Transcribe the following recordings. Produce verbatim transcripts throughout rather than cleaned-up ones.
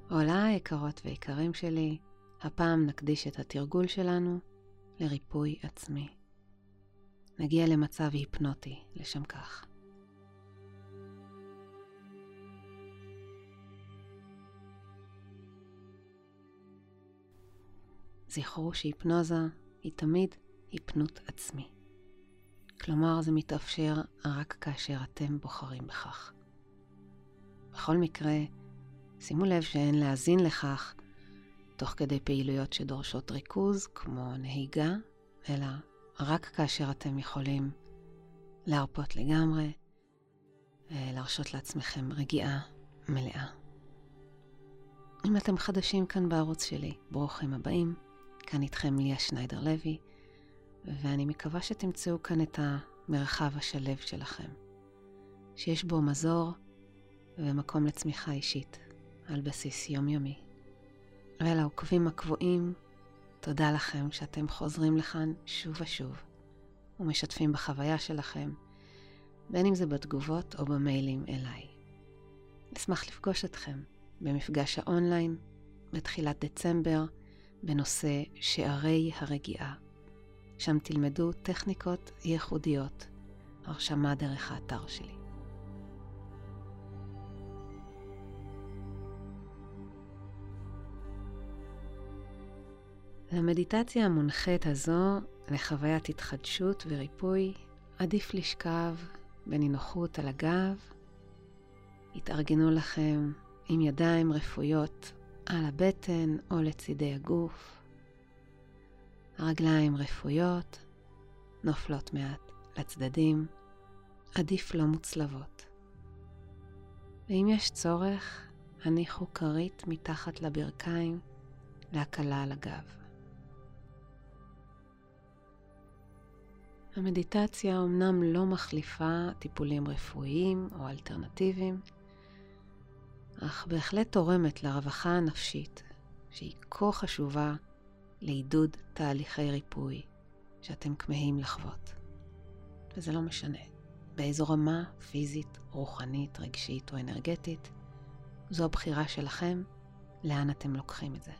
עולה יקרות ויקרים שלי, הפעם נקדיש את התרגול שלנו לריפוי עצמי. נגיע למצב היפנוטי לשם כך. זכרו שהיפנוזה היא תמיד היפנות עצמי. כלומר, זה מתאפשר רק כאשר אתם בוחרים בכך. בכל מקרה, שימו לב שאין להאזין לכך תוך כדי פעילויות שדורשות ריכוז, כמו נהיגה, אלא רק כאשר אתם יכולים להרפות לגמרי, להרשות לעצמכם רגיעה מלאה. אם אתם חדשים כאן בערוץ שלי, ברוכים הבאים. כאן איתכם ליה שניידר לוי, ואני מקווה שתמצאו כאן את המרחב השלב שלכם, שיש בו מזור ומקום לצמיחה אישית על בסיס יומיומי. ולעוקבים הקבועים, תודה לכם שאתם חוזרים לכאן שוב ושוב ומשתפים בחוויה שלכם, בין אם זה בתגובות או במיילים אליי. נשמח לפגוש אתכם במפגש האונליין בתחילת דצמבר בנושא שערי הרגיעה. שם תלמדו טכניקות ייחודיות, הרשמה דרך האתר שלי. למדיטציה המונחית הזו, לחוויית התחדשות וריפוי, עדיף לשכב בנינוחות על הגב. התארגנו לכם עם ידיים רפויות על הבטן או לצידי הגוף. הרגליים רפויות, נופלות מעט לצדדים, עדיף לא מוצלבות. ואם יש צורך, הניחו כרית מתחת לברכיים להקלה על הגב. המדיטציה אומנם לא מחליפה טיפולים רפואיים או אלטרנטיביים, אך בהחלט תורמת לרווחה הנפשית, שהיא כה חשובה לעידוד תהליכי ריפוי שאתם כמהים לחוות. וזה לא משנה באיזו רמה פיזית, רוחנית, רגשית או אנרגטית, זו הבחירה שלכם לאן אתם לוקחים את זה.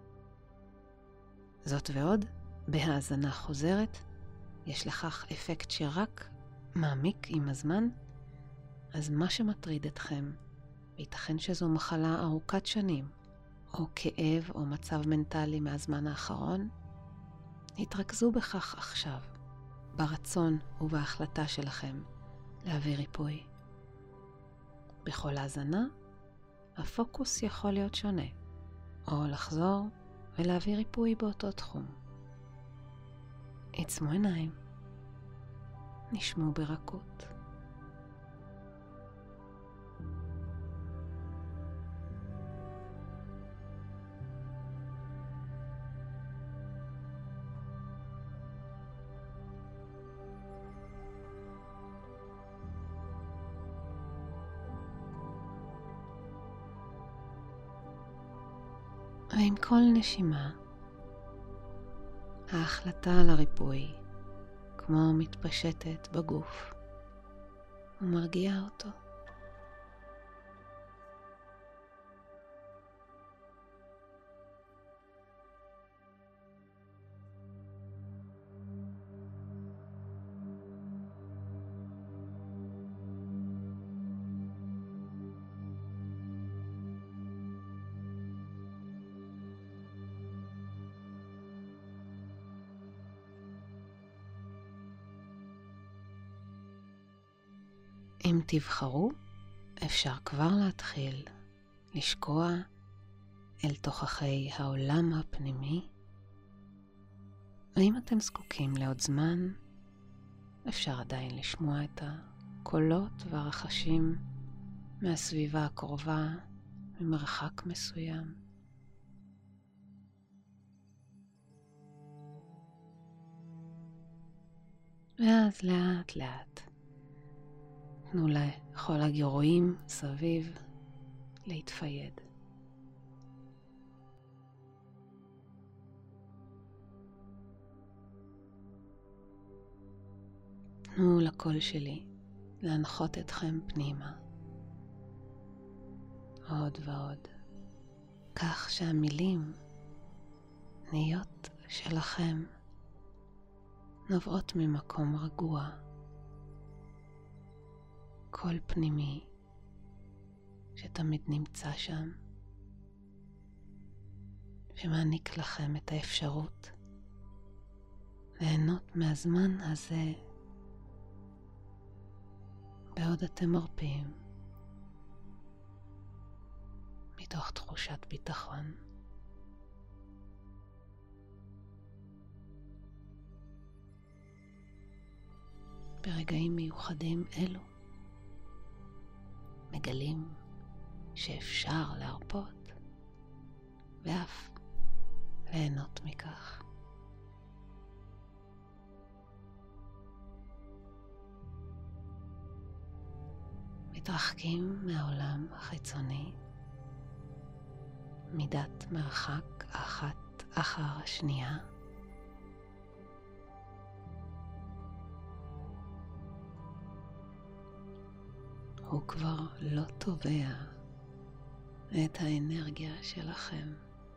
זאת ועוד, בהאזנה חוזרת, יש לכך אפקט שרק מעמיק עם הזמן, אז מה שמטריד אתכם, וייתכן שזו מחלה ארוכת שנים, או כאב או מצב מנטלי מהזמן האחרון, התרכזו בכך עכשיו, ברצון ובהחלטה שלכם להביא ריפוי. בכל האזנה, הפוקוס יכול להיות שונה, או לחזור ולהביא ריפוי באותו תחום. עצמו עיניים, נשמו ברכות. ועם כל נשימה, ההחלטה על הריפוי כמו מתפשטת בגוף ומרגיעה אותו. אם תבחרו, אפשר כבר להתחיל לשקוע אל תוככי העולם הפנימי, ואם אתם זקוקים לעוד זמן, אפשר עדיין לשמוע את הקולות והרחשים מהסביבה הקרובה ממרחק מסוים. ואז לאט לאט תנו לכל הגירויים סביב להתפייד. תנו לקול שלי להנחות אתכם פנימה עוד ועוד כך שהמילים נהיות שלכם, נובעות ממקום רגוע, קול פנימי שתמיד נמצא שם, שמעניק לכם את האפשרות ליהנות מהזמן הזה בעוד אתם מרפים מתוך תחושת ביטחון. ברגעים מיוחדים אלו מגלים שאפשר להרפות ואף ליהנות מכך. מתרחקים מהעולם החיצוני, מידת מרחק אחת אחר השנייה, הוא כבר לא תובע את האנרגיה שלכם.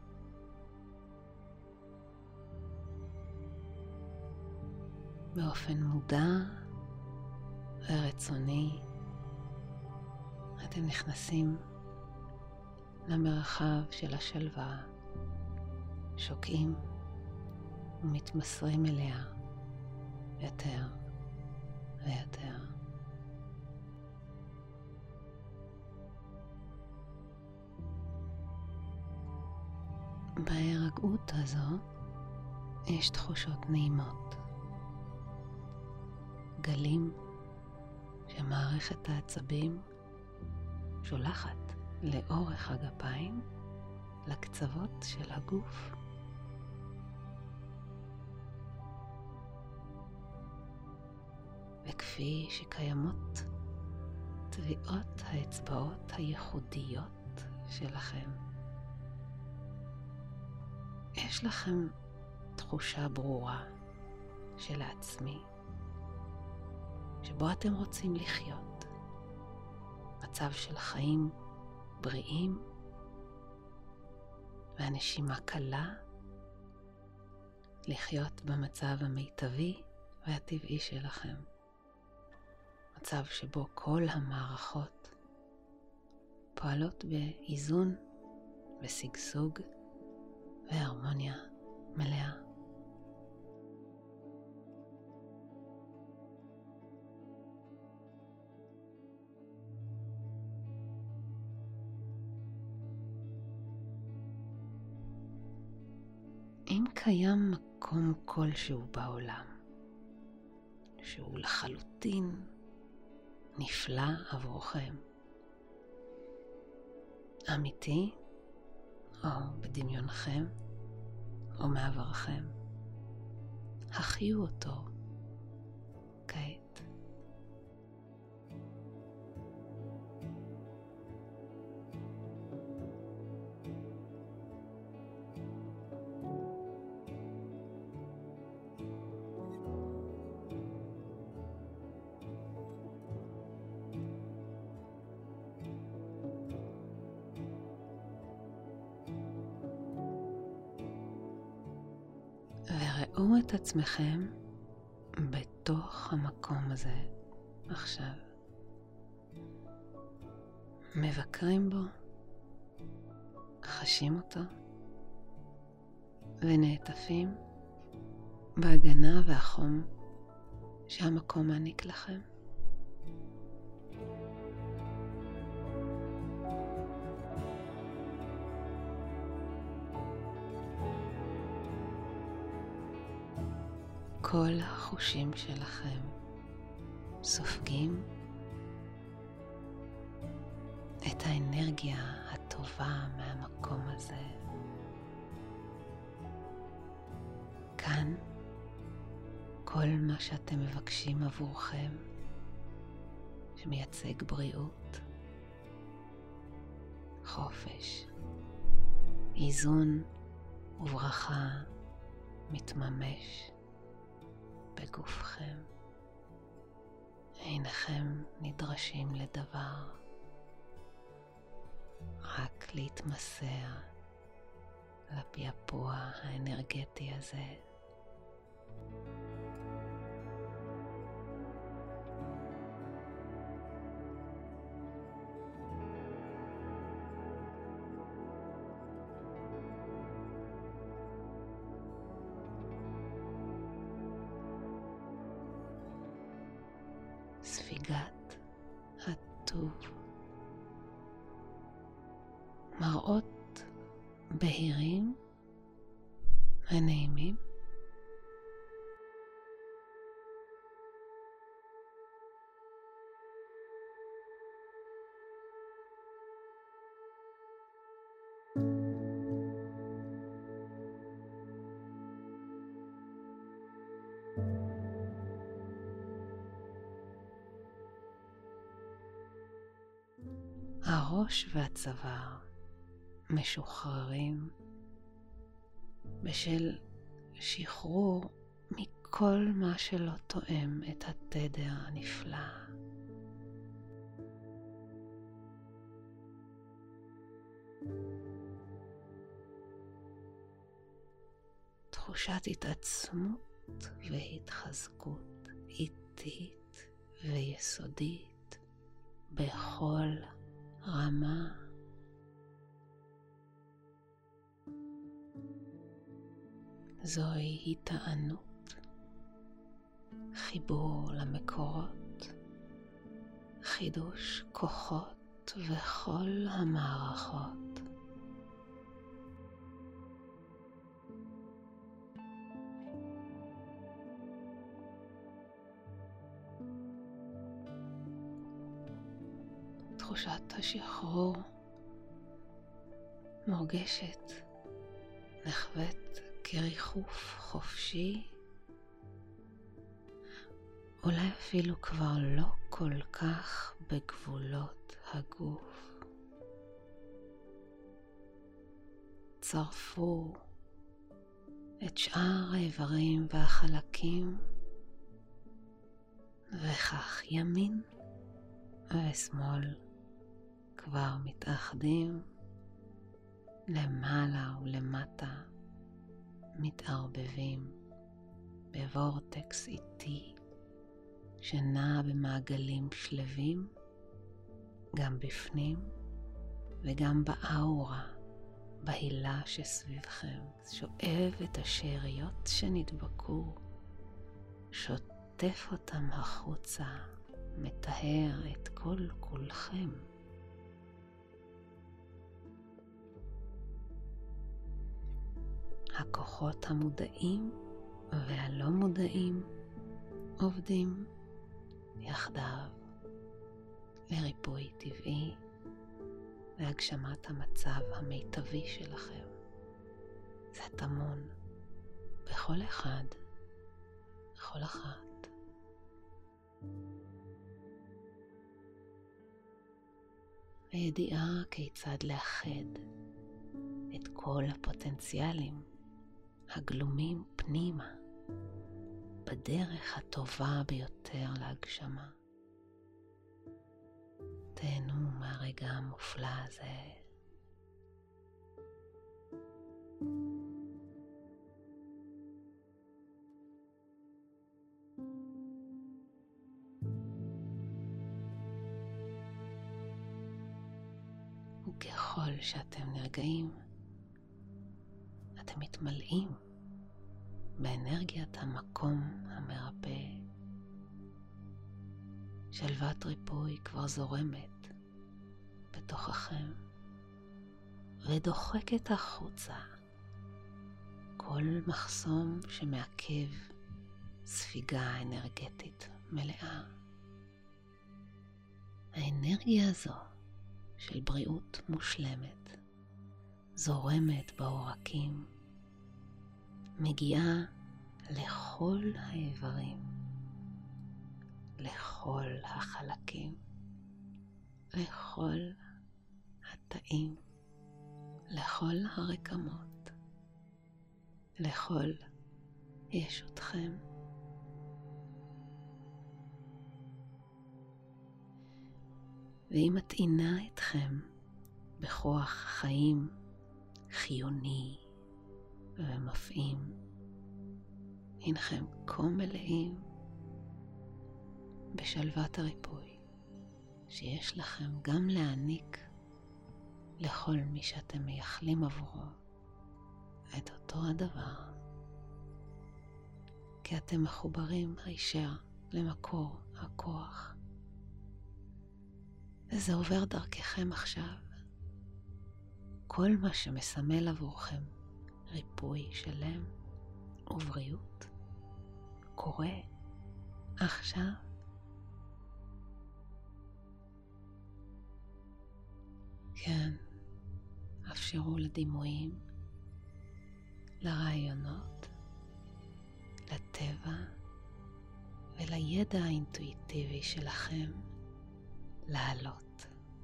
באופן מודע ורצוני אתם נכנסים למרחב של השלווה, שוקעים ומתמסרים אליה יותר ויותר. בהירגעות הזו יש תחושות נעימות, גלים שמערכת העצבים שולחת לאורך הגפיים לקצוות של הגוף. וכפי שקיימות טביעות האצבעות הייחודיות שלכם, יש לכם תחושה ברורה של העצמי, שבו אתם רוצים לחיות, מצב של חיים בריאים והנשימה קלה, לחיות במצב המיטבי והטבעי שלכם, מצב שבו כל המערכות פועלות באיזון ושגשוג והרמוניה מלאה. אם קיים מקום כלשהו בעולם שהוא לחלוטין נפלא עבורכם, אמיתי או בדמיונכם או מעברכם, החיו אותו כעת. וראו את עצמכם בתוך המקום הזה עכשיו. מבקרים בו, חשים אותו, ונעטפים בהגנה והחום שהמקום מעניק לכם. כל החושים שלכם סופגים את האנרגיה הטובה מהמקום הזה. כאן כל מה שאתם מבקשים עבורכם, שמייצג בריאות, חופש, איזון וברכה, מתממש בגופכם. אינכם נדרשים לדבר, רק להתמסר לפעפוע האנרגטי הזה. ספיגת הטוב, מראות בהירים ונעימים, הראש והצוואר משוחררים בשל שחרור מכל מה שלא תואם את התדר הנפלא. תחושת התעצמות והתחזקות איטית ויסודית בכל רמה. זוהי התענות, חיבור למקורות, חידוש כוחות וכל המערכות. תחושת השחרור מורגשת, נחוות כריחוף חופשי, אולי אפילו כבר לא כל כך בגבולות הגוף. צרפו את שאר האיברים והחלקים, וכך ימין ושמאל כבר מתאחדים, למעלה ולמטה מתערבבים בוורטקס איטי שנע במעגלים שלבים, גם בפנים וגם באאורה, בהילה שסביבכם. שואב את השאריות שנדבקו, שוטף אותם החוצה, מטהר את כל כולכם. הכוחות המודעים והלא מודעים עובדים יחדיו לריפוי טבעי והגשמת המצב המיטבי שלכם. זה טמון בכל אחד, בכל אחת. הידיעה כיצד לאחד את כל הפוטנציאלים הגלומים פנימה בדרך הטובה ביותר להגשמה. תהנו מהרגע המופלא הזה. וככל שאתם נרגעים, אתם מתמלאים באנרגיית המקום המרפא. שלוות ריפוי כבר זורמת בתוככם ודוחקת החוצה כל מחסום שמעכב ספיגה אנרגטית מלאה. האנרגיה הזו של בריאות מושלמת זורמת בעורקים, מגיעה לכל האיברים, לכל החלקים, לכל התאים, לכל הרקמות, לכל ישותכם. והיא מטעינה אתכם בכוח חיים חיוני ומפעים. הנכם כה מלאים בשלוות הריפוי, שיש לכם גם להעניק לכל מי שאתם מייחלים עבורו את אותו הדבר, כי אתם מחוברים הישר למקור הכוח, וזה עובר דרככם עכשיו. כל מה שמסמל עבורכם ריפוי שלם ובריאות קורה עכשיו. כן, אפשרו לדימויים, לרעיונות, לטבע ולידע האינטואיטיבי שלכם לעלות,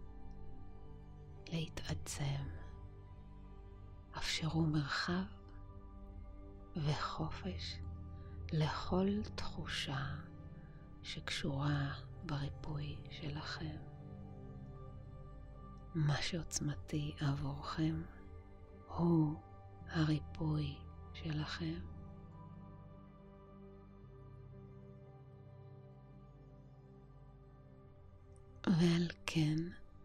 להתעצם. אפשרו מרחב וחופש לכל תחושה שקשורה בריפוי שלכם. מה שעוצמתי עבורכם הוא הריפוי שלכם. ועל כן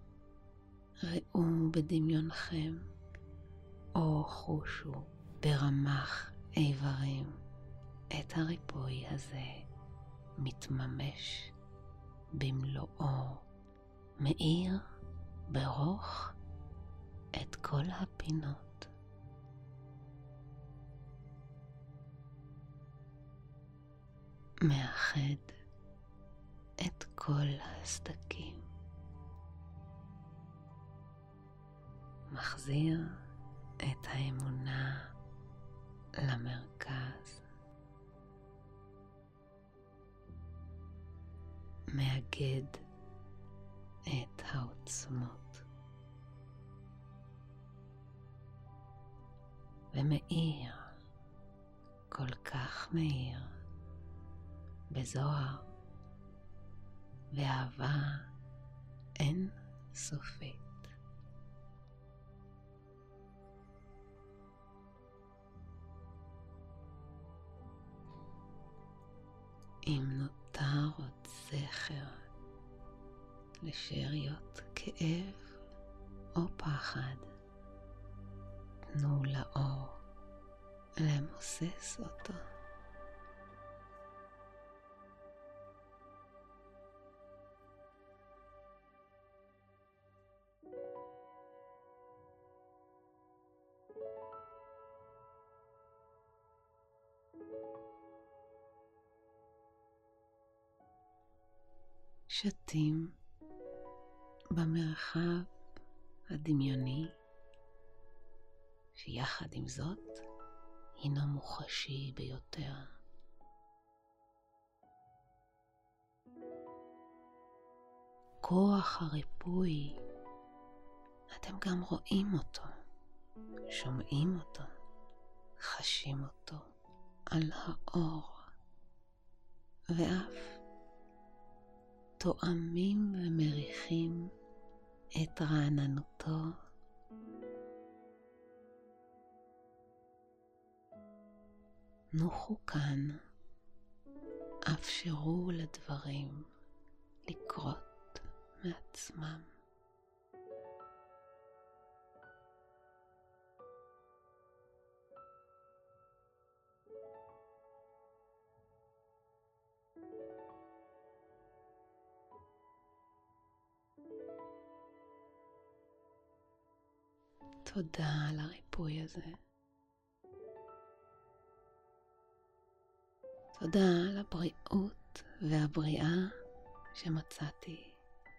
ראו בדמיונכם או חושו ברמ"ח איברים את הריפוי הזה מתממש במלואו, מאיר ברוך את כל הפינות. מאחד את כל הסדקים. מחזיר את האמונה למרכז. מאגד את העוצמות. ומאיר, כל כך מאיר, בזוהר ואהבה אין סופית. אם נותר עוד זכר לשאריות כאב או פחד, תנו לאור למוסס אותו. שתים במרחב הדמיוני, שיחד עם זאת הינו מוחשי ביותר. כוח הריפוי, אתם גם רואים אותו, שומעים אותו, חשים אותו על האור, ואף תואמים ומריחים את רעננותו. נוחו כאן, אפשרו לדברים לקרות מעצמם. תודה על הריפוי הזה. תודה על הבריאות והבריאה שמצאתי.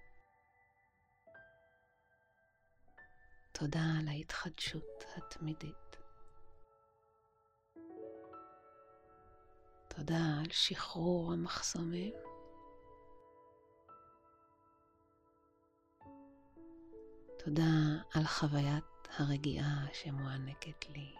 תודה על ההתחדשות התמידית. תודה על שחרור המחסומים. תודה על חוויית הרגיעה שמוענקת לי.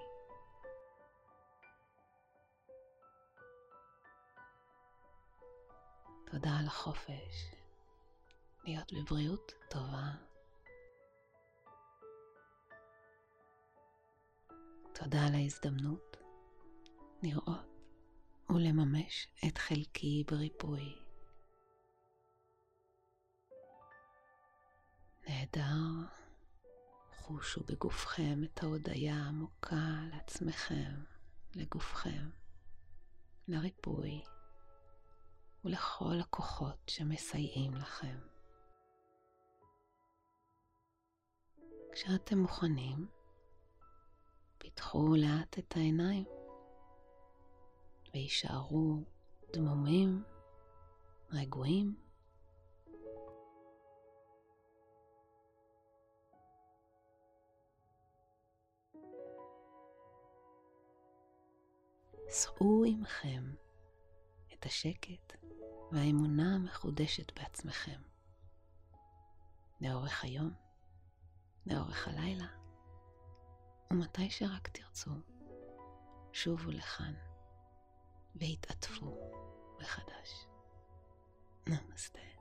תודה על החופש להיות בבריאות טובה. תודה על ההזדמנות לראות ולממש את חלקי בריפוי. נהדר, חושו בגופכם את ההודיה העמוקה לעצמכם, לגופכם, לריפוי ולכל הכוחות שמסייעים לכם. כשאתם מוכנים, פיתחו לאט את העיניים וישארו דמומים, רגועים. שאו עמכם את השקט והאמונה המחודשת בעצמכם. לאורך היום, לאורך הלילה, ומתי שרק תרצו, שובו לכאן והתעטפו מחדש. נמסטה.